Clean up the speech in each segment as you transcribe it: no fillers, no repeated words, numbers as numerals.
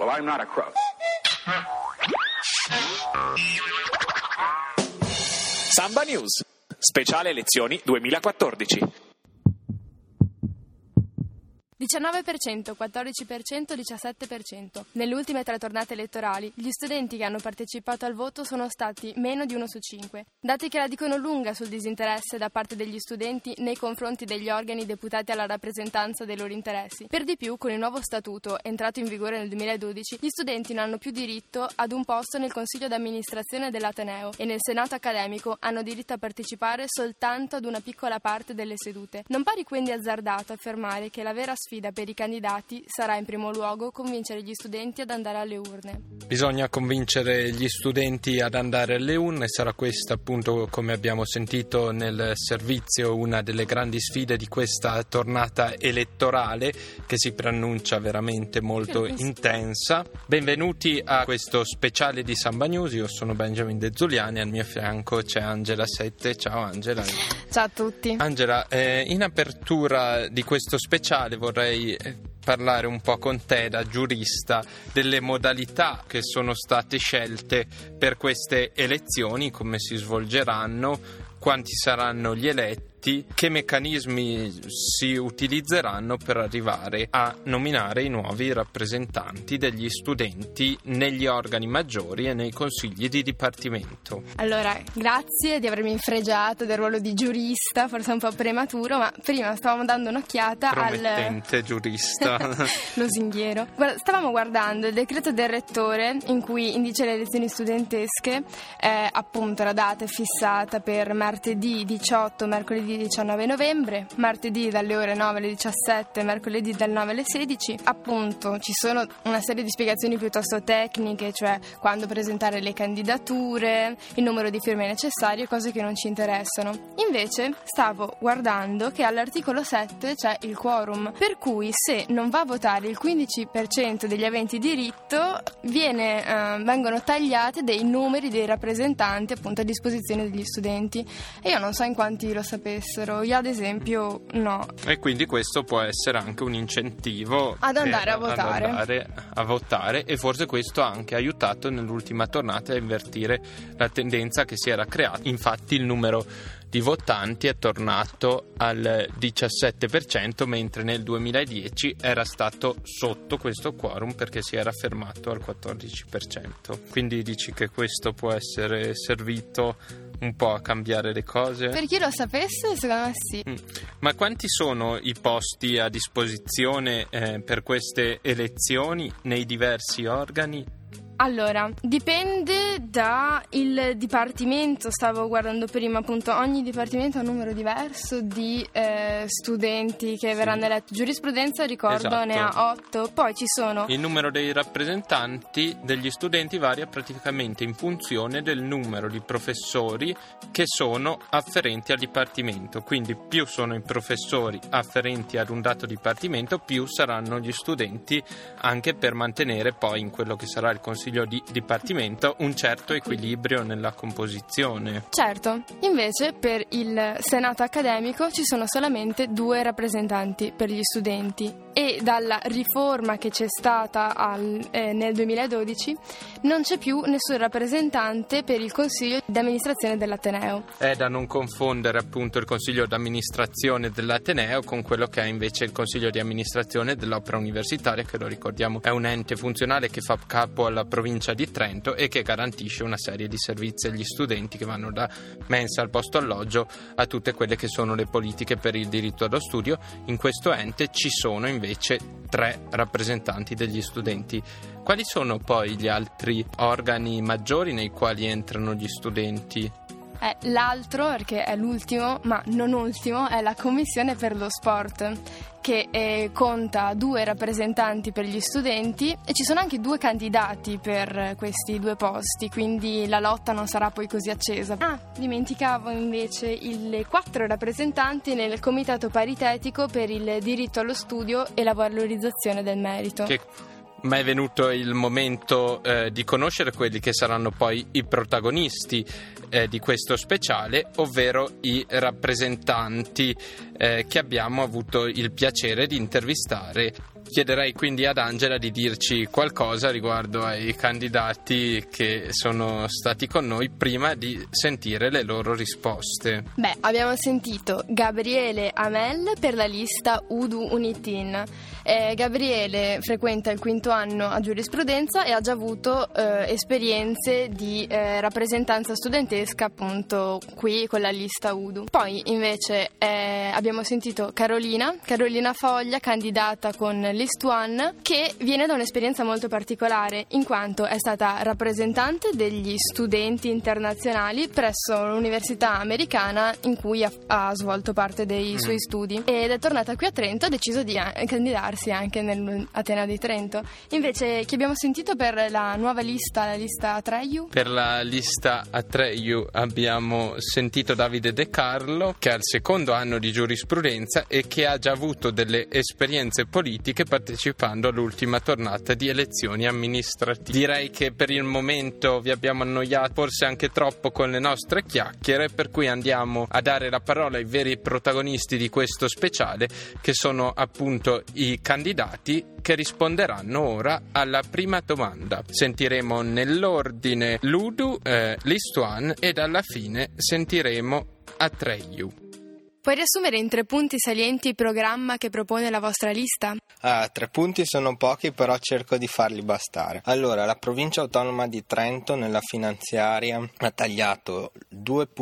so I'm not a crook. Samba News, speciale elezioni 2014. 19%, 14%, 17%. Nelle ultime 3 tornate elettorali, gli studenti che hanno partecipato al voto sono stati meno di 1 su 5. Dati che la dicono lunga sul disinteresse da parte degli studenti nei confronti degli organi deputati alla rappresentanza dei loro interessi. Per di più, con il nuovo statuto, entrato in vigore nel 2012, gli studenti non hanno più diritto ad un posto nel consiglio d'amministrazione dell'Ateneo e nel senato accademico hanno diritto a partecipare soltanto ad una piccola parte delle sedute. Non pare quindi azzardato affermare che la vera sfida per i candidati sarà in primo luogo convincere gli studenti ad andare alle urne. Bisogna convincere gli studenti ad andare alle urne, sarà questa appunto, come abbiamo sentito nel servizio, una delle grandi sfide di questa tornata elettorale che si preannuncia veramente molto intensa. Benvenuti a questo speciale di Samba News, io sono Benjamin De Zuliani, al mio fianco c'è Angela Sette. Ciao Angela. Ciao a tutti. Angela, in apertura di questo speciale vorrei parlare un po' con te da giurista delle modalità che sono state scelte per queste elezioni, come si svolgeranno, quanti saranno gli eletti, che meccanismi si utilizzeranno per arrivare a nominare i nuovi rappresentanti degli studenti negli organi maggiori e nei consigli di dipartimento. Allora, grazie di avermi infregiato del ruolo di giurista, forse un po' prematuro, ma prima stavamo dando un'occhiata promettente giurista lusinghiero. Stavamo guardando il decreto del rettore in cui indice le elezioni studentesche, appunto la data è fissata per martedì 18, mercoledì 19 novembre, martedì dalle ore 9 alle 17, mercoledì dalle 9 alle 16. Appunto ci sono una serie di spiegazioni piuttosto tecniche, cioè quando presentare le candidature, il numero di firme necessarie, cose che non ci interessano. Invece stavo guardando che all'articolo 7 c'è il quorum, per cui se non va a votare il 15% degli aventi diritto vengono tagliati dei numeri dei rappresentanti appunto a disposizione degli studenti, e io non so in quanti lo sapessero. Io ad esempio no. E quindi questo può essere anche un incentivo ad andare a votare. Ad andare a votare, e forse questo ha anche aiutato nell'ultima tornata a invertire la tendenza che si era creata. Infatti il numero di votanti è tornato al 17%, mentre nel 2010 era stato sotto questo quorum perché si era fermato al 14%. Quindi dici che questo può essere servito un po' a cambiare le cose? Per chi lo sapesse, secondo me sì. Ma quanti sono i posti a disposizione per queste elezioni nei diversi organi? Allora, dipende da il dipartimento. Stavo guardando prima, appunto, ogni dipartimento ha un numero diverso di studenti che verranno eletti. Giurisprudenza, ricordo, esatto, ne ha 8. Poi ci sono... Il numero dei rappresentanti degli studenti varia praticamente in funzione del numero di professori che sono afferenti al dipartimento. Quindi più sono i professori afferenti ad un dato dipartimento, più saranno gli studenti, anche per mantenere poi in quello che sarà il consiglio di dipartimento un certo equilibrio nella composizione. Certo, invece per il senato accademico ci sono solamente 2 rappresentanti per gli studenti, e dalla riforma che c'è stata nel 2012 non c'è più nessun rappresentante per il consiglio di amministrazione dell'Ateneo. È da non confondere appunto il consiglio di amministrazione dell'Ateneo con quello che è invece il consiglio di amministrazione dell'Opera Universitaria, che lo ricordiamo è un ente funzionale che fa capo alla provincia di Trento e che garantisce una serie di servizi agli studenti, che vanno da mensa al posto alloggio a tutte quelle che sono le politiche per il diritto allo studio. In questo ente ci sono invece 3 rappresentanti degli studenti. Quali sono poi gli altri organi maggiori nei quali entrano gli studenti? L'altro, perché è l'ultimo, ma non ultimo, è la Commissione per lo Sport, che conta 2 rappresentanti per gli studenti, e ci sono anche 2 candidati per questi 2 posti, quindi la lotta non sarà poi così accesa. Dimenticavo invece i 4 rappresentanti nel Comitato Paritetico per il diritto allo studio e la valorizzazione del merito. Ma è venuto il momento di conoscere quelli che saranno poi i protagonisti di questo speciale, ovvero i rappresentanti che abbiamo avuto il piacere di intervistare Chiederei quindi ad Angela di dirci qualcosa riguardo ai candidati che sono stati con noi prima di sentire le loro risposte. Abbiamo sentito Gabriele Amel per la lista Udu Unitin. Gabriele frequenta il 5º anno a giurisprudenza e ha già avuto esperienze di rappresentanza studentesca appunto qui con la lista Udu. Poi invece abbiamo sentito Carolina Foglia, candidata con List One, che viene da un'esperienza molto particolare in quanto è stata rappresentante degli studenti internazionali presso l'università americana in cui ha svolto parte dei suoi studi, ed è tornata qui a Trento e ha deciso di candidarsi anche nell'Ateneo di Trento. Invece chi abbiamo sentito per la nuova lista, la lista Atreyu? Per la lista Atreyu abbiamo sentito Davide De Carlo, che ha il 2º anno di giurisprudenza e che ha già avuto delle esperienze politiche partecipando all'ultima tornata di elezioni amministrative. Direi che per il momento vi abbiamo annoiato forse anche troppo con le nostre chiacchiere, per cui andiamo a dare la parola ai veri protagonisti di questo speciale, che sono appunto i candidati che risponderanno ora alla prima domanda. Sentiremo nell'ordine Ludu, List One, ed alla fine sentiremo Atreyu. Puoi riassumere in 3 punti salienti il programma che propone la vostra lista? 3 punti sono pochi, però cerco di farli bastare. Allora, la provincia autonoma di Trento nella finanziaria ha tagliato il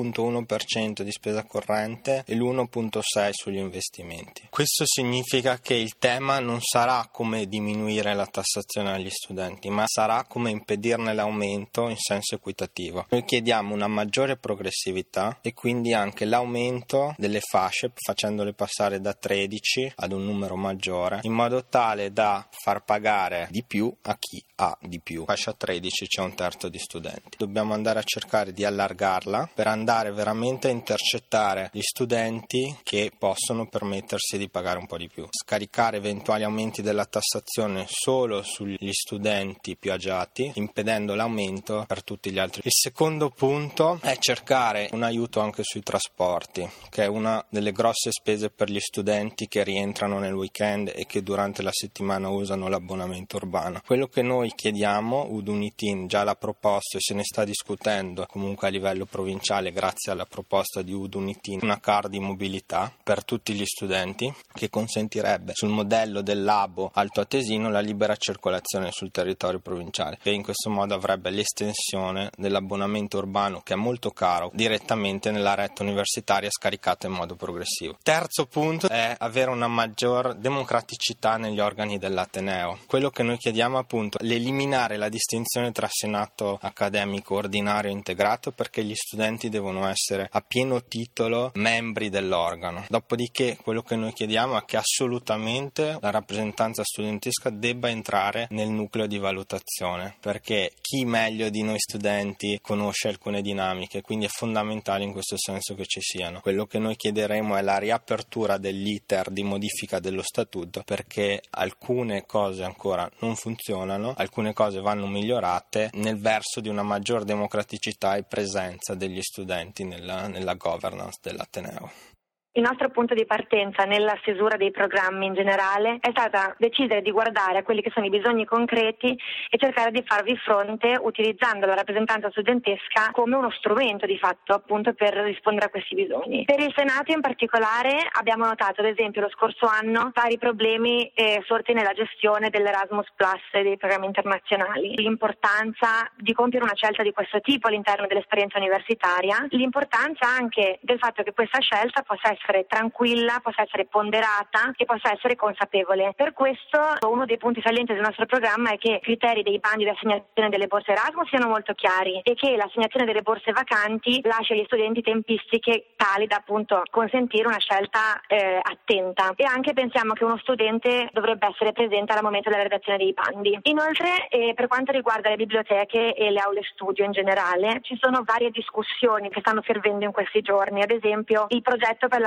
2,1% di spesa corrente e l'1,6% sugli investimenti. Questo significa che il tema non sarà come diminuire la tassazione agli studenti, ma sarà come impedirne l'aumento in senso equitativo. Noi chiediamo una maggiore progressività e quindi anche l'aumento delle fasce, facendole passare da 13 ad un numero maggiore, in modo tale da far pagare di più a chi ha di più. Fascia 13 c'è 1/3 di studenti. Dobbiamo andare a cercare di allargarla per andare veramente a intercettare gli studenti che possono permettersi di pagare un po' di più. Scaricare eventuali aumenti della tassazione solo sugli studenti più agiati, impedendo l'aumento per tutti gli altri. Il secondo punto è cercare un aiuto anche sui trasporti, che è una delle grosse spese per gli studenti che rientrano nel weekend e che durante la settimana usano l'abbonamento urbano. Quello che noi chiediamo, Udunitin già l'ha proposto e se ne sta discutendo comunque a livello provinciale grazie alla proposta di Udunitin, una card di mobilità per tutti gli studenti che consentirebbe sul modello del Labo altoatesino la libera circolazione sul territorio provinciale, che in questo modo avrebbe l'estensione dell'abbonamento urbano, che è molto caro, direttamente nella rete universitaria scaricata in modo progressivo. Terzo punto è avere una maggior democraticità negli organi dell'Ateneo. Quello che noi chiediamo appunto è eliminare la distinzione tra senato accademico ordinario e integrato, perché gli studenti devono essere a pieno titolo membri dell'organo. Dopodiché quello che noi chiediamo è che assolutamente la rappresentanza studentesca debba entrare nel nucleo di valutazione, perché chi meglio di noi studenti conosce alcune dinamiche, quindi è fondamentale in questo senso che ci siano. Quello che noi chiederemo è la riapertura dell'iter di modifica dello statuto, perché alcune cose ancora non funzionano, alcune cose vanno migliorate nel verso di una maggior democraticità e presenza degli studenti nella governance dell'Ateneo. Il nostro punto di partenza nella stesura dei programmi in generale è stata decidere di guardare a quelli che sono i bisogni concreti e cercare di farvi fronte utilizzando la rappresentanza studentesca come uno strumento di fatto appunto per rispondere a questi bisogni. Per il Senato in particolare abbiamo notato ad esempio lo scorso anno vari problemi sorti nella gestione dell'Erasmus Plus e dei programmi internazionali, l'importanza di compiere una scelta di questo tipo all'interno dell'esperienza universitaria, l'importanza anche del fatto che questa scelta possa essere tranquilla, possa essere ponderata e possa essere consapevole. Per questo uno dei punti salienti del nostro programma è che i criteri dei bandi di assegnazione delle borse Erasmus siano molto chiari e che l'assegnazione delle borse vacanti lasci agli studenti tempistiche tali da appunto consentire una scelta attenta, e anche pensiamo che uno studente dovrebbe essere presente al momento della redazione dei bandi. Inoltre per quanto riguarda le biblioteche e le aule studio in generale ci sono varie discussioni che stanno fervendo in questi giorni, ad esempio il progetto per la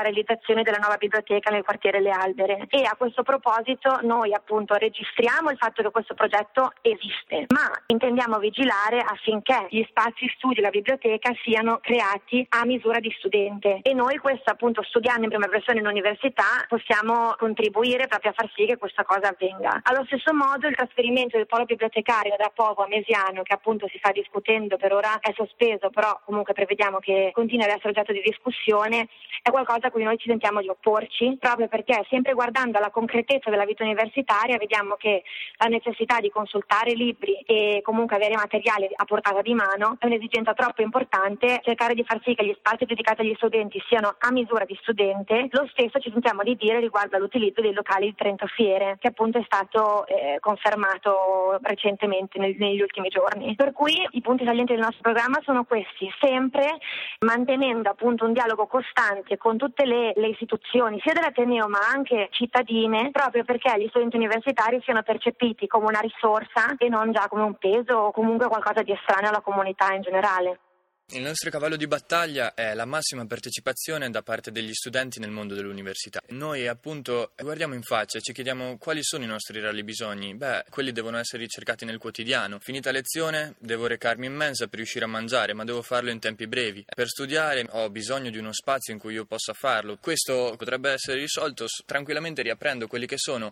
realizzazione della nuova biblioteca nel quartiere Le Albere, e a questo proposito noi appunto registriamo il fatto che questo progetto esiste, ma intendiamo vigilare affinché gli spazi studi della biblioteca siano creati a misura di studente, e noi questo appunto, studiando in prima persona in università, possiamo contribuire proprio a far sì che questa cosa avvenga. Allo stesso modo il trasferimento del polo bibliotecario da Povo a Mesiano, che appunto si sta discutendo, per ora è sospeso, però comunque prevediamo che continui ad essere oggetto di discussione, è qualcosa a cui noi ci sentiamo di opporci, proprio perché sempre guardando alla concretezza della vita universitaria vediamo che la necessità di consultare libri e comunque avere materiali a portata di mano è un'esigenza troppo importante. Cercare di far sì che gli spazi dedicati agli studenti siano a misura di studente, lo stesso ci sentiamo di dire riguardo all'utilizzo dei locali di Trento Fiere, che appunto è stato confermato recentemente negli ultimi giorni. Per cui i punti salienti del nostro programma sono questi, sempre mantenendo appunto un dialogo costante con tutte le istituzioni sia dell'Ateneo ma anche cittadine, proprio perché gli studenti universitari siano percepiti come una risorsa e non già come un peso o comunque qualcosa di estraneo alla comunità in generale. Il nostro cavallo di battaglia è la massima partecipazione da parte degli studenti nel mondo dell'università. Noi appunto guardiamo in faccia e ci chiediamo quali sono i nostri reali bisogni. Quelli devono essere ricercati nel quotidiano. Finita lezione devo recarmi in mensa per riuscire a mangiare, ma devo farlo in tempi brevi. Per studiare ho bisogno di uno spazio in cui io possa farlo. Questo potrebbe essere risolto tranquillamente riaprendo quelli che sono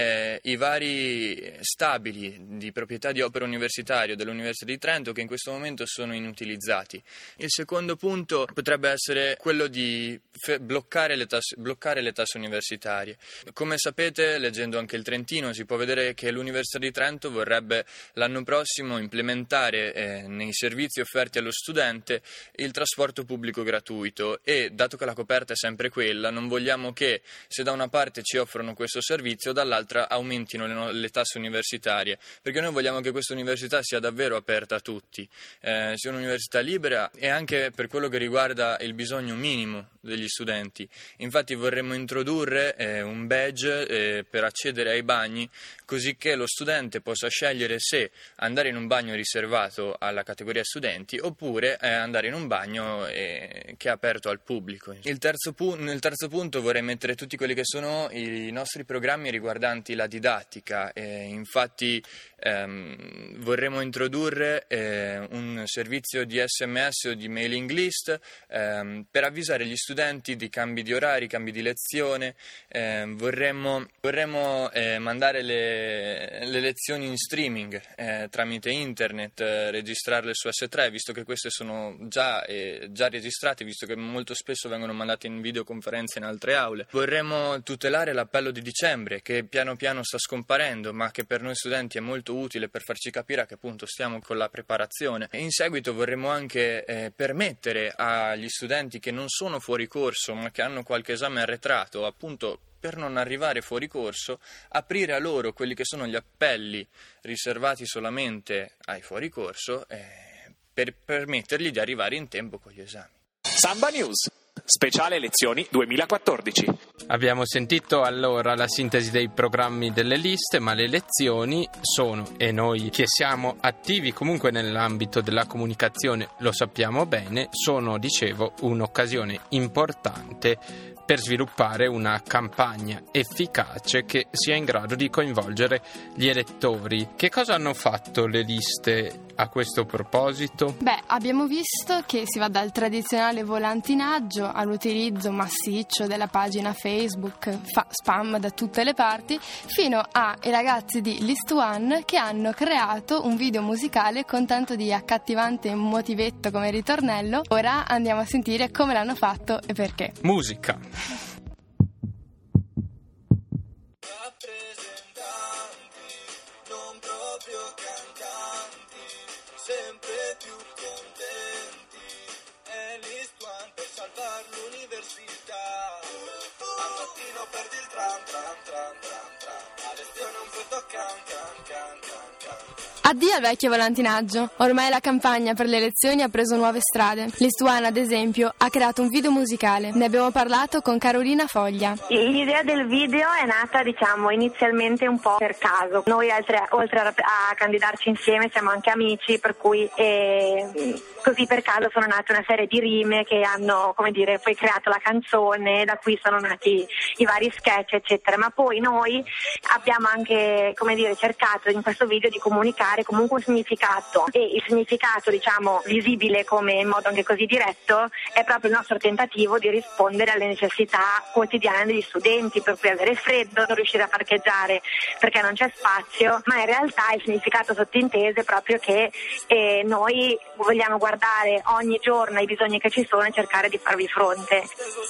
i vari stabili di proprietà di opera universitaria dell'Università di Trento, che in questo momento sono inutilizzati. Il secondo punto potrebbe essere quello di bloccare le tasse universitarie. Come sapete, leggendo anche il Trentino, si può vedere che l'Università di Trento vorrebbe l'anno prossimo implementare nei servizi offerti allo studente il trasporto pubblico gratuito, e dato che la coperta è sempre quella, non vogliamo che se da una parte ci offrono questo servizio, dall'altra aumentino le tasse universitarie, perché noi vogliamo che questa università sia davvero aperta a tutti, sia un'università libera, e anche per quello che riguarda il bisogno minimo degli studenti. Infatti vorremmo introdurre un badge per accedere ai bagni, così che lo studente possa scegliere se andare in un bagno riservato alla categoria studenti oppure andare in un bagno che è aperto al pubblico. Nel terzo punto vorrei mettere tutti quelli che sono i nostri programmi riguardanti la didattica. Infatti vorremmo introdurre un servizio di SMS o di mailing list per avvisare gli studenti di cambi di orari, cambi di lezione. Vorremmo mandare le lezioni in streaming tramite internet, registrarle su S3, visto che queste sono già registrate, visto che molto spesso vengono mandate in videoconferenze in altre aule. Vorremmo tutelare l'appello di dicembre, che piano piano sta scomparendo, ma che per noi studenti è molto utile per farci capire che appunto stiamo con la preparazione. E in seguito vorremmo anche permettere agli studenti che non sono fuori corso ma che hanno qualche esame arretrato, appunto per non arrivare fuori corso, aprire a loro quelli che sono gli appelli riservati solamente ai fuori corso per permettergli di arrivare in tempo con gli esami. Samba News, speciale lezioni 2014. Abbiamo sentito allora la sintesi dei programmi delle liste, ma le lezioni sono, e noi che siamo attivi comunque nell'ambito della comunicazione lo sappiamo bene, sono, dicevo, un'occasione importante per sviluppare una campagna efficace che sia in grado di coinvolgere gli elettori. Che cosa hanno fatto le liste a questo proposito? Abbiamo visto che si va dal tradizionale volantinaggio all'utilizzo massiccio della pagina Facebook, spam da tutte le parti, fino ai ragazzi di List One che hanno creato un video musicale con tanto di accattivante motivetto come ritornello. Ora andiamo a sentire come l'hanno fatto e perché. Musica. Sempre più contenti, è List One per salvare l'università. Al mattino perdi il tram, a lezione un brutto can. Addio al vecchio volantinaggio. Ormai la campagna per le elezioni ha preso nuove strade. L'Istuana, ad esempio, ha creato un video musicale. Ne abbiamo parlato con Carolina Foglia. L'idea del video è nata, inizialmente un po' per caso. Noi, oltre a candidarci insieme, siamo anche amici, per cui così per caso sono nate una serie di rime che hanno, poi creato la canzone, da qui sono nati i vari sketch, eccetera. Ma poi noi abbiamo anche, cercato in questo video di comunicare comunque un significato, e il significato visibile come in modo anche così diretto è proprio il nostro tentativo di rispondere alle necessità quotidiane degli studenti, per cui avere freddo, non riuscire a parcheggiare perché non c'è spazio, ma in realtà il significato sottinteso è proprio che noi vogliamo guardare ogni giorno ai bisogni che ci sono e cercare di farvi fronte.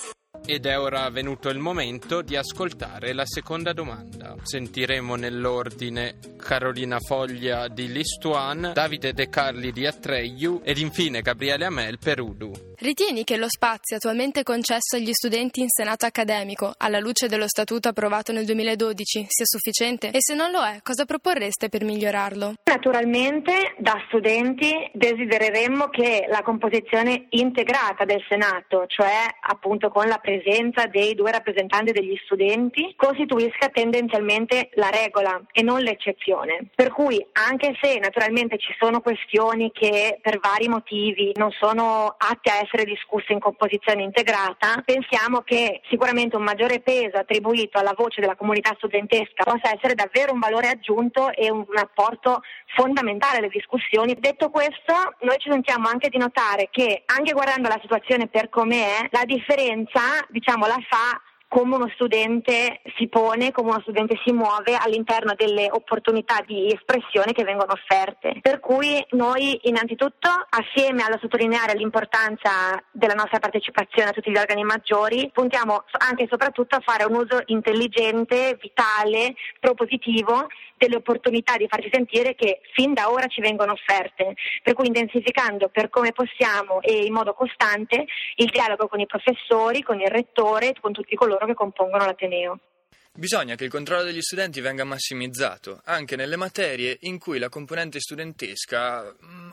Ed è ora venuto il momento di ascoltare la seconda domanda. Sentiremo nell'ordine Carolina Foglia di L'Istuan, Davide De Carli di Atreiu ed infine Gabriele Amel per Udu. Ritieni che lo spazio attualmente concesso agli studenti in senato accademico, alla luce dello statuto approvato nel 2012, sia sufficiente? E se non lo è, cosa proporreste per migliorarlo? Naturalmente, da studenti desidereremmo che la composizione integrata del Senato, cioè appunto con la presenza dei 2 rappresentanti degli studenti, costituisca tendenzialmente la regola e non l'eccezione. Per cui, anche se naturalmente ci sono questioni che per vari motivi non sono atte a essere discusse in composizione integrata, pensiamo che sicuramente un maggiore peso attribuito alla voce della comunità studentesca possa essere davvero un valore aggiunto e un apporto fondamentale alle discussioni. Detto questo, noi ci sentiamo anche di notare che, anche guardando la situazione per com'è, la differenza, la fa come uno studente si pone, come uno studente si muove all'interno delle opportunità di espressione che vengono offerte. Per cui noi innanzitutto, assieme alla sottolineare l'importanza della nostra partecipazione a tutti gli organi maggiori, puntiamo anche e soprattutto a fare un uso intelligente, vitale, propositivo delle opportunità di farci sentire che fin da ora ci vengono offerte, per cui intensificando per come possiamo e in modo costante il dialogo con i professori, con il rettore, con tutti coloro che compongono l'Ateneo. Bisogna che il controllo degli studenti venga massimizzato, anche nelle materie in cui la componente studentesca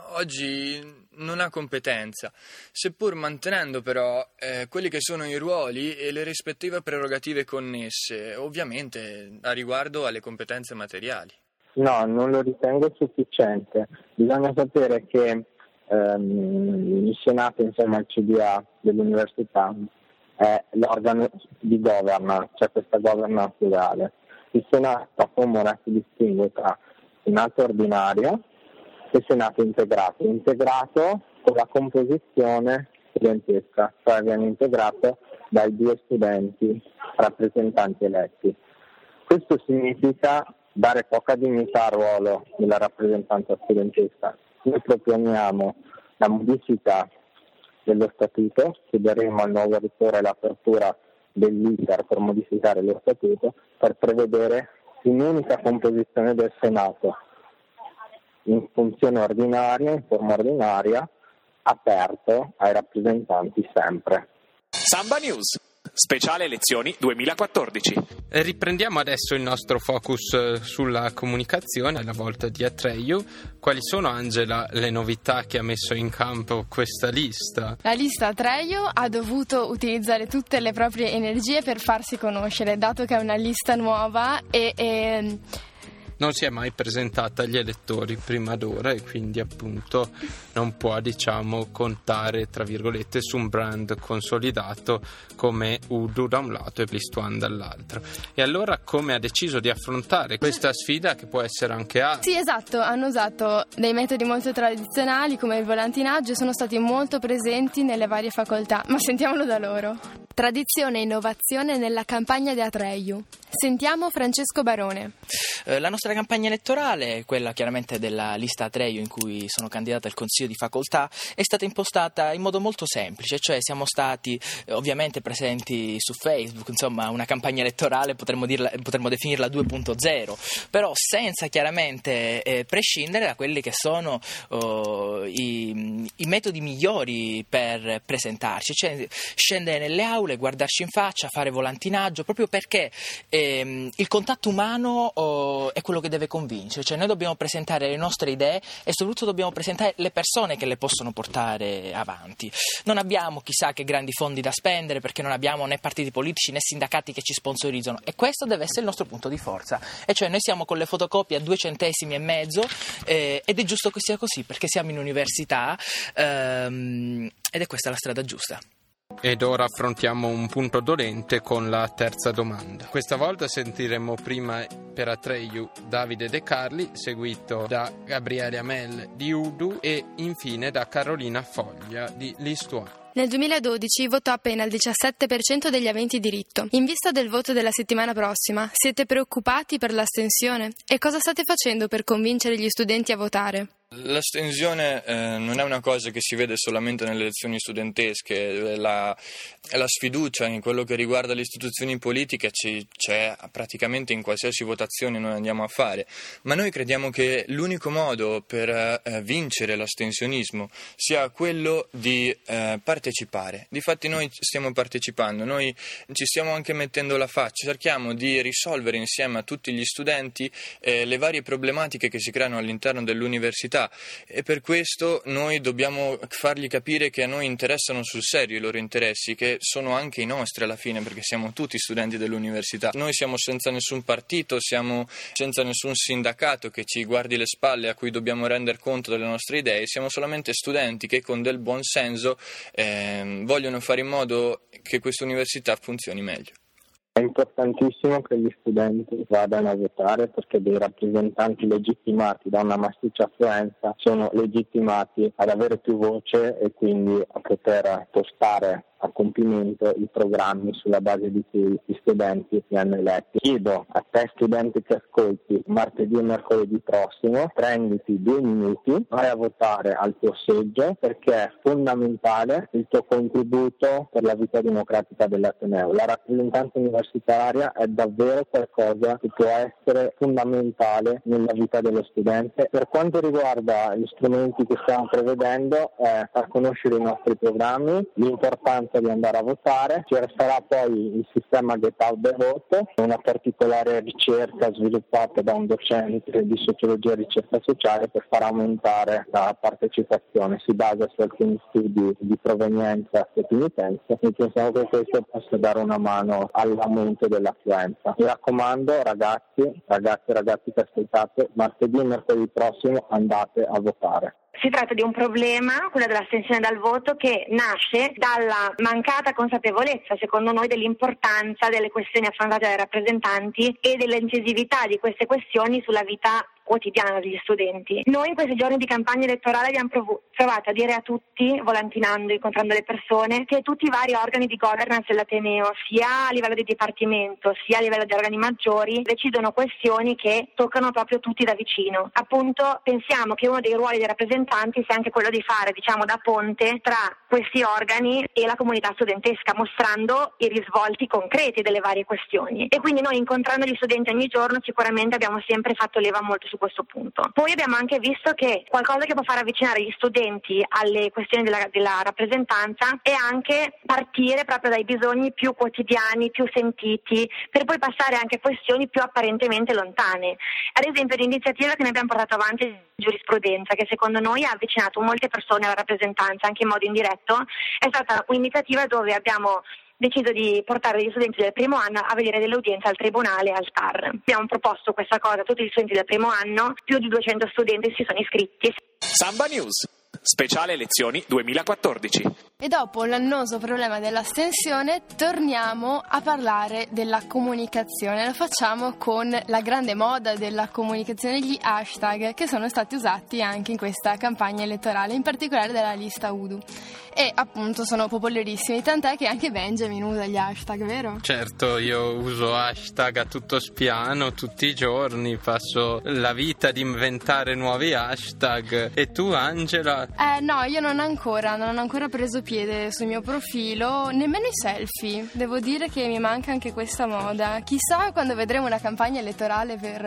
oggi non ha competenza, seppur mantenendo però quelli che sono i ruoli e le rispettive prerogative connesse, ovviamente a riguardo alle competenze materiali. No, non lo ritengo sufficiente. Bisogna sapere che il Senato, insieme al CDA dell'università, è l'organo di governance, cioè questa governance legale. Il Senato a Comune si distingue tra Senato ordinario e Senato integrato. Integrato con la composizione studentesca, cioè viene integrato dai 2 studenti rappresentanti eletti. Questo significa dare poca dignità al ruolo della rappresentanza studentesca. Noi proponiamo la modifica dello statuto, chiederemo al nuovo rettore l'apertura dell'iter per modificare lo statuto, per prevedere un'unica composizione del Senato in funzione ordinaria, in forma ordinaria, aperto ai rappresentanti sempre. Samba News, speciale elezioni 2014. Riprendiamo adesso il nostro focus sulla comunicazione, alla volta di Atreiu. Quali sono, Angela, le novità che ha messo in campo questa lista? La lista Atreiu ha dovuto utilizzare tutte le proprie energie per farsi conoscere, dato che è una lista nuova e non si è mai presentata agli elettori prima d'ora e quindi appunto non può, contare tra virgolette su un brand consolidato come Udu da un lato e L'Istuan dall'altro. E allora come ha deciso di affrontare questa sfida, che può essere anche Sì, esatto, hanno usato dei metodi molto tradizionali come il volantinaggio e sono stati molto presenti nelle varie facoltà, ma sentiamolo da loro. Tradizione e innovazione nella campagna di Atreiu. Sentiamo Francesco Barone. La nostra campagna elettorale, quella chiaramente della lista Atreiu in cui sono candidata al Consiglio di Facoltà, è stata impostata in modo molto semplice, cioè siamo stati ovviamente presenti su Facebook, insomma una campagna elettorale potremmo definirla 2.0, però senza chiaramente prescindere da quelli che sono i metodi migliori per presentarci, cioè scendere nelle aule aule, guardarci in faccia, fare volantinaggio, proprio perché il contatto umano è quello che deve convincere, cioè noi dobbiamo presentare le nostre idee e soprattutto dobbiamo presentare le persone che le possono portare avanti. Non abbiamo chissà che grandi fondi da spendere, perché non abbiamo né partiti politici né sindacati che ci sponsorizzano, e questo deve essere il nostro punto di forza, e cioè noi siamo con le fotocopie a 2,5 centesimi ed è giusto che sia così, perché siamo in università ed è questa la strada giusta. Ed ora affrontiamo un punto dolente con la terza domanda. Questa volta sentiremo prima per Atreyu Davide De Carli, seguito da Gabriele Amel di Udu e infine da Carolina Foglia di l'Histoire. Nel 2012 votò appena il 17% degli aventi diritto. In vista del voto della settimana prossima, siete preoccupati per l'astensione? E cosa state facendo per convincere gli studenti a votare? L'astensione non è una cosa che si vede solamente nelle elezioni studentesche, la sfiducia in quello che riguarda le istituzioni politiche c'è praticamente in qualsiasi votazione noi andiamo a fare, ma noi crediamo che l'unico modo per vincere l'astensionismo sia quello di partecipare. Difatti noi stiamo partecipando, noi ci stiamo anche mettendo la faccia, cerchiamo di risolvere insieme a tutti gli studenti le varie problematiche che si creano all'interno dell'università, e per questo noi dobbiamo fargli capire che a noi interessano sul serio i loro interessi, che sono anche i nostri alla fine, perché siamo tutti studenti dell'università. Noi siamo senza nessun partito, siamo senza nessun sindacato che ci guardi le spalle, a cui dobbiamo rendere conto delle nostre idee, siamo solamente studenti che con del buon senso vogliono fare in modo che questa università funzioni meglio. È importantissimo che gli studenti vadano a votare, perché dei rappresentanti legittimati da una massiccia affluenza sono legittimati ad avere più voce e quindi a poter portare a compimento i programmi sulla base di cui gli studenti li hanno eletti. Chiedo a te studente che ascolti martedì e mercoledì prossimo, prenditi 2 minuti, vai a votare al tuo seggio, perché è fondamentale il tuo contributo per la vita democratica dell'Ateneo. La rappresentanza universitaria è davvero qualcosa che può essere fondamentale nella vita dello studente. Per quanto riguarda gli strumenti che stiamo prevedendo, è far conoscere i nostri programmi, l'importanza di andare a votare. Ci sarà poi il sistema Get Out the Vote, una particolare ricerca sviluppata da un docente di sociologia e ricerca sociale per far aumentare la partecipazione. Si basa su alcuni studi di provenienza statunitense e pensiamo che questo possa dare una mano all'aumento dell'affluenza. Mi raccomando, ragazzi che ascoltate, martedì e mercoledì prossimo andate a votare. Si tratta di un problema, quello dell'astensione dal voto, che nasce dalla mancata consapevolezza, secondo noi, dell'importanza delle questioni affrontate dai rappresentanti e dell'incisività di queste questioni sulla vita quotidiana degli studenti. Noi in questi giorni di campagna elettorale abbiamo provato a dire a tutti, volantinando, incontrando le persone, che tutti i vari organi di governance dell'Ateneo, sia a livello di dipartimento sia a livello di organi maggiori, decidono questioni che toccano proprio tutti da vicino. Appunto, pensiamo che uno dei ruoli dei rappresentanti sia anche quello di fare, da ponte tra questi organi e la comunità studentesca, mostrando i risvolti concreti delle varie questioni. E quindi noi, incontrando gli studenti ogni giorno, sicuramente abbiamo sempre fatto leva molto su questo punto. Poi abbiamo anche visto che qualcosa che può far avvicinare gli studenti alle questioni della rappresentanza è anche partire proprio dai bisogni più quotidiani, più sentiti, per poi passare anche a questioni più apparentemente lontane. Ad esempio, l'iniziativa che noi abbiamo portato avanti di giurisprudenza, che secondo noi ha avvicinato molte persone alla rappresentanza anche in modo indiretto, è stata un'iniziativa dove abbiamo deciso di portare gli studenti del primo anno a vedere delle udienze al tribunale e al TAR. Abbiamo proposto questa cosa a tutti gli studenti del primo anno, più di 200 studenti si sono iscritti. Samba News, speciale elezioni 2014. E dopo l'annoso problema dell'astensione torniamo a parlare della comunicazione. Lo facciamo con la grande moda della comunicazione, gli hashtag, che sono stati usati anche in questa campagna elettorale, in particolare dalla lista Udu. E appunto sono popolarissimi, tant'è che anche Benjamin usa gli hashtag, vero? Certo, io uso hashtag a tutto spiano tutti i giorni, passo la vita di inventare nuovi hashtag. E tu, Angela? No, io non ho ancora preso piede sul mio profilo, nemmeno i selfie. Devo dire che mi manca anche questa moda. Chissà quando vedremo una campagna elettorale per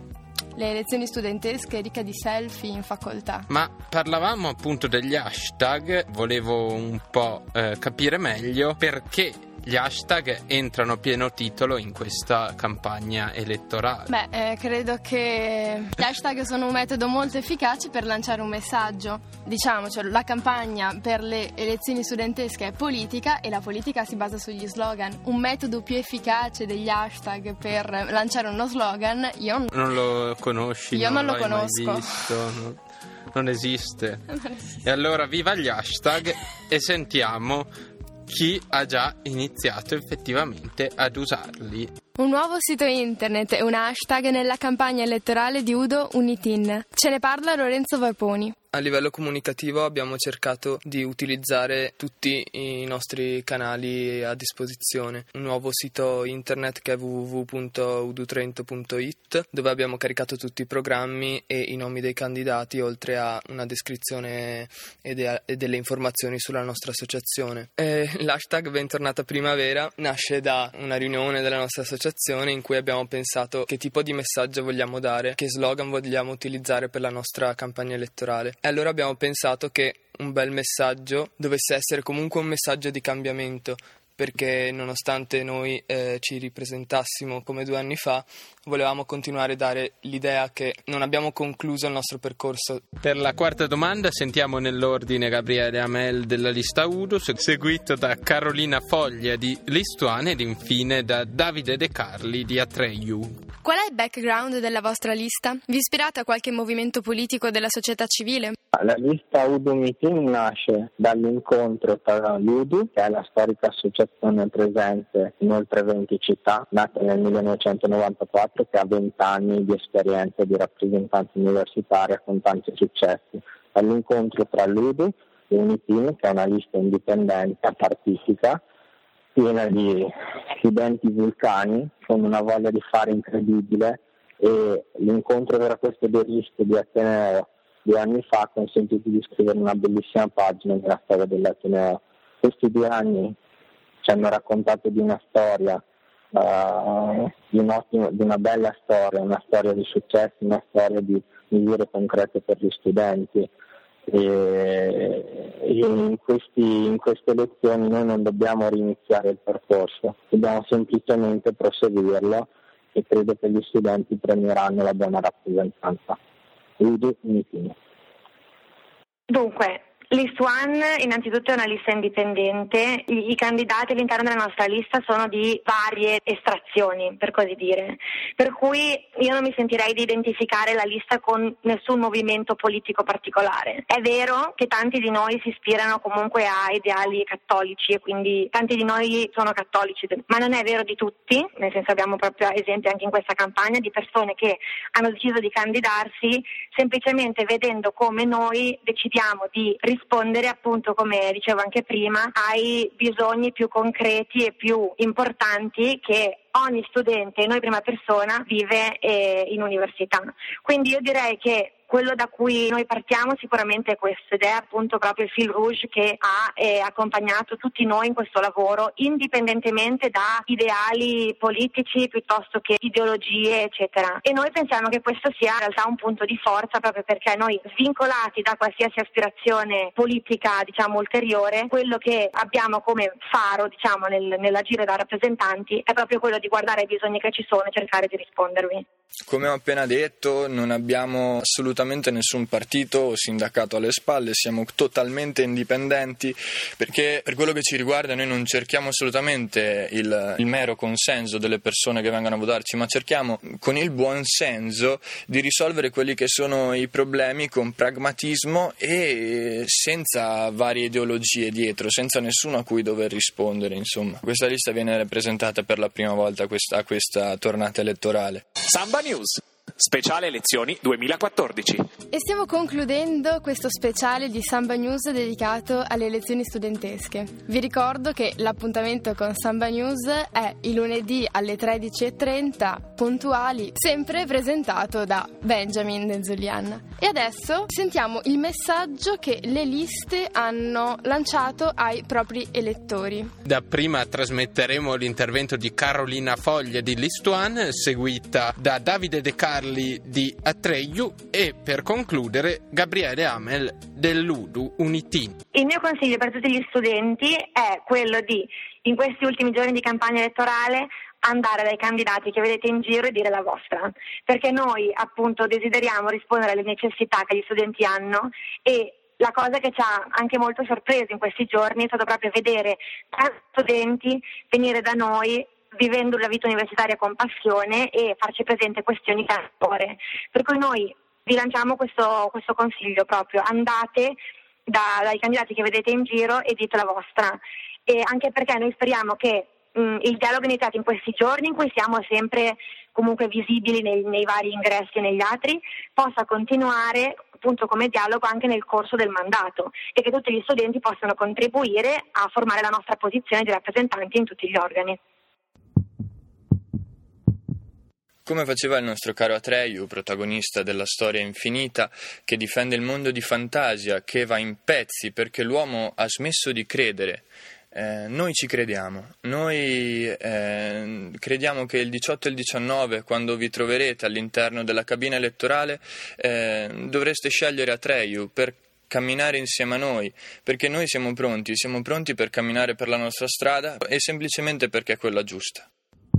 le elezioni studentesche ricca di selfie in facoltà. Ma parlavamo appunto degli hashtag, volevo un po' capire meglio perché gli hashtag entrano a pieno titolo in questa campagna elettorale. Credo che gli hashtag sono un metodo molto efficace per lanciare un messaggio. Diciamocelo, la campagna per le elezioni studentesche è politica e la politica si basa sugli slogan. Un metodo più efficace degli hashtag per lanciare uno slogan, io non lo conosci? Io non lo l'hai conosco. Mai visto, no? Non esiste. E allora viva gli hashtag e sentiamo chi ha già iniziato effettivamente ad usarli. Un nuovo sito internet e un hashtag nella campagna elettorale di Udo Unitin. Ce ne parla Lorenzo Varponi. A livello comunicativo abbiamo cercato di utilizzare tutti i nostri canali a disposizione. Un nuovo sito internet che è www.udutrento.it, dove abbiamo caricato tutti i programmi e i nomi dei candidati, oltre a una descrizione e delle informazioni sulla nostra associazione. L'hashtag Bentornata Primavera nasce da una riunione della nostra associazione in cui abbiamo pensato che tipo di messaggio vogliamo dare, che slogan vogliamo utilizzare per la nostra campagna elettorale. E allora abbiamo pensato che un bel messaggio dovesse essere comunque un messaggio di cambiamento, perché nonostante noi ci ripresentassimo come 2 anni fa, volevamo continuare a dare l'idea che non abbiamo concluso il nostro percorso. Per la quarta domanda sentiamo nell'ordine Gabriele Amel della lista Udo, seguito da Carolina Foglia di Listuane ed infine da Davide De Carli di Atreyu. Qual è il background della vostra lista? Vi ispirate a qualche movimento politico della società civile? La lista Udo Meeting nasce dall'incontro tra l'UDU, che è la storica associazione presente in oltre 20 città, nata nel 1994, che ha 20 anni di esperienza di rappresentanza universitaria con tanti successi. Dall'incontro tra l'UDU e Unitin, che è una lista indipendente, apartitica, piena di studenti vulcani, con una voglia di fare incredibile, e l'incontro tra queste 2 liste di Ateneo 2 anni fa ha consentito di scrivere una bellissima pagina nella storia dell'Ateneo. Questi 2 anni ci hanno raccontato di una storia, di una bella storia, una storia di successo, una storia di misure concrete per gli studenti. E in queste lezioni noi non dobbiamo riniziare il percorso, dobbiamo semplicemente proseguirlo, e credo che gli studenti premieranno la buona rappresentanza. Dunque, List One innanzitutto è una lista indipendente, i candidati all'interno della nostra lista sono di varie estrazioni, per così dire, per cui io non mi sentirei di identificare la lista con nessun movimento politico particolare. È vero che tanti di noi si ispirano comunque a ideali cattolici e quindi tanti di noi sono cattolici, ma non è vero di tutti, nel senso abbiamo proprio esempi anche in questa campagna di persone che hanno deciso di candidarsi semplicemente vedendo come noi decidiamo di rispondere, appunto, come dicevo anche prima, ai bisogni più concreti e più importanti che ogni studente, noi prima persona, vive in università. Quindi io direi che quello da cui noi partiamo sicuramente è questo, ed è appunto proprio il fil rouge che ha accompagnato tutti noi in questo lavoro, indipendentemente da ideali politici piuttosto che ideologie, eccetera. E noi pensiamo che questo sia in realtà un punto di forza, proprio perché noi, svincolati da qualsiasi aspirazione politica, diciamo, ulteriore, quello che abbiamo come faro, diciamo, nell'agire da rappresentanti è proprio quello di guardare ai bisogni che ci sono e cercare di rispondervi. Come ho appena detto, non abbiamo assolutamente nessun partito o sindacato alle spalle, siamo totalmente indipendenti, perché per quello che ci riguarda noi non cerchiamo assolutamente il mero consenso delle persone che vengono a votarci, ma cerchiamo con il buon senso di risolvere quelli che sono i problemi con pragmatismo e senza varie ideologie dietro, senza nessuno a cui dover rispondere, insomma. Questa lista viene rappresentata per la prima volta a questa tornata elettorale. Samba News, speciale elezioni 2014. E stiamo concludendo questo speciale di Samba News dedicato alle elezioni studentesche. Vi ricordo che l'appuntamento con Samba News è il lunedì alle 13:30 puntuali, sempre presentato da Benjamin Denzulian. E adesso sentiamo il messaggio che le liste hanno lanciato ai propri elettori. Dapprima trasmetteremo l'intervento di Carolina Foglia di Listuane, seguita da Davide De Carli Carli di Atreju e per concludere Gabriele Amel dell'Udu Unitin. Il mio consiglio per tutti gli studenti è quello di, in questi ultimi giorni di campagna elettorale, andare dai candidati che vedete in giro e dire la vostra, perché noi appunto desideriamo rispondere alle necessità che gli studenti hanno, e la cosa che ci ha anche molto sorpreso in questi giorni è stato proprio vedere tanti studenti venire da noi vivendo la vita universitaria con passione e farci presente questioni che hanno a cuore. Per cui noi vi lanciamo questo consiglio proprio: andate dai candidati che vedete in giro e dite la vostra, e anche perché noi speriamo che il dialogo iniziato in questi giorni, in cui siamo sempre comunque visibili nei vari ingressi e negli atri, possa continuare appunto come dialogo anche nel corso del mandato, e che tutti gli studenti possano contribuire a formare la nostra posizione di rappresentanti in tutti gli organi. Come faceva il nostro caro Atreju, protagonista della storia infinita, che difende il mondo di fantasia, che va in pezzi perché l'uomo ha smesso di credere. Noi ci crediamo, noi crediamo che il 18 e il 19, quando vi troverete all'interno della cabina elettorale, dovreste scegliere Atreju per camminare insieme a noi, perché noi siamo pronti per camminare per la nostra strada, e semplicemente perché è quella giusta.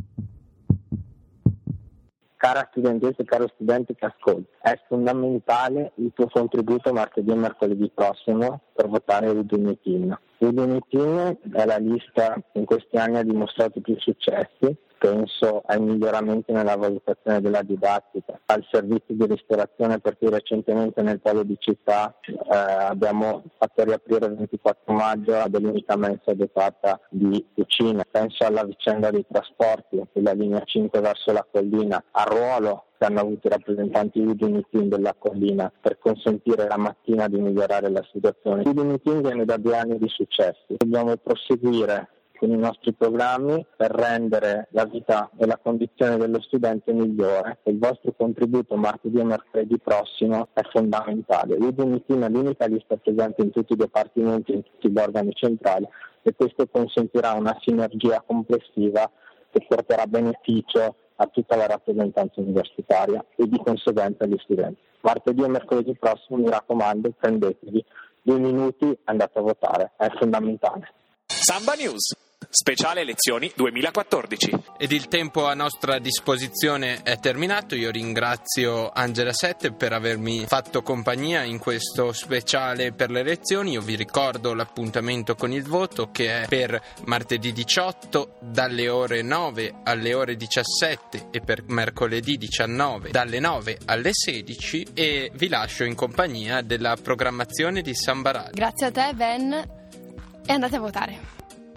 Cara studentessa e caro studente che ascolti, è fondamentale il tuo contributo martedì e mercoledì prossimo per votare Udu Unitin. Udu Unitin è la lista che in questi anni ha dimostrato più successi. Penso ai miglioramenti nella valutazione della didattica, al servizio di ristorazione, per cui recentemente nel polo di città abbiamo fatto riaprire il 24 maggio dell'unica mensa dotata di cucina. Penso alla vicenda dei trasporti, della linea 5 verso la collina, al ruolo che hanno avuto i rappresentanti Udu Unitin della collina per consentire la mattina di migliorare la situazione. Udu Unitin viene da 2 anni di successi, dobbiamo proseguire con i nostri programmi per rendere la vita e la condizione dello studente migliore. Il vostro contributo martedì e mercoledì prossimo è fondamentale. Udu Unitin è l'unica lista presente in tutti i dipartimenti, in tutti gli organi centrali, e questo consentirà una sinergia complessiva che porterà beneficio a tutta la rappresentanza universitaria e di conseguenza agli studenti. Martedì e mercoledì prossimo, mi raccomando, prendetevi 2 minuti e andate a votare, è fondamentale. Samba News, speciale elezioni 2014. Ed il tempo a nostra disposizione è terminato. Io ringrazio Angela Sette per avermi fatto compagnia in questo speciale per le elezioni. Io vi ricordo l'appuntamento con il voto, che è per martedì 18 dalle ore 9 alle ore 17 e per mercoledì 19 dalle 9 alle 16, e vi lascio in compagnia della programmazione di Samba Radio. Grazie a te, Ben, e andate a votare.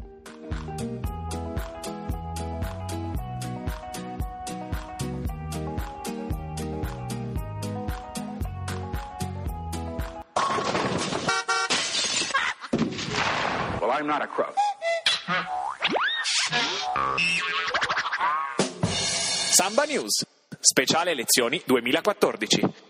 Well, I'm not a crook. Samba News, speciale elezioni 2014.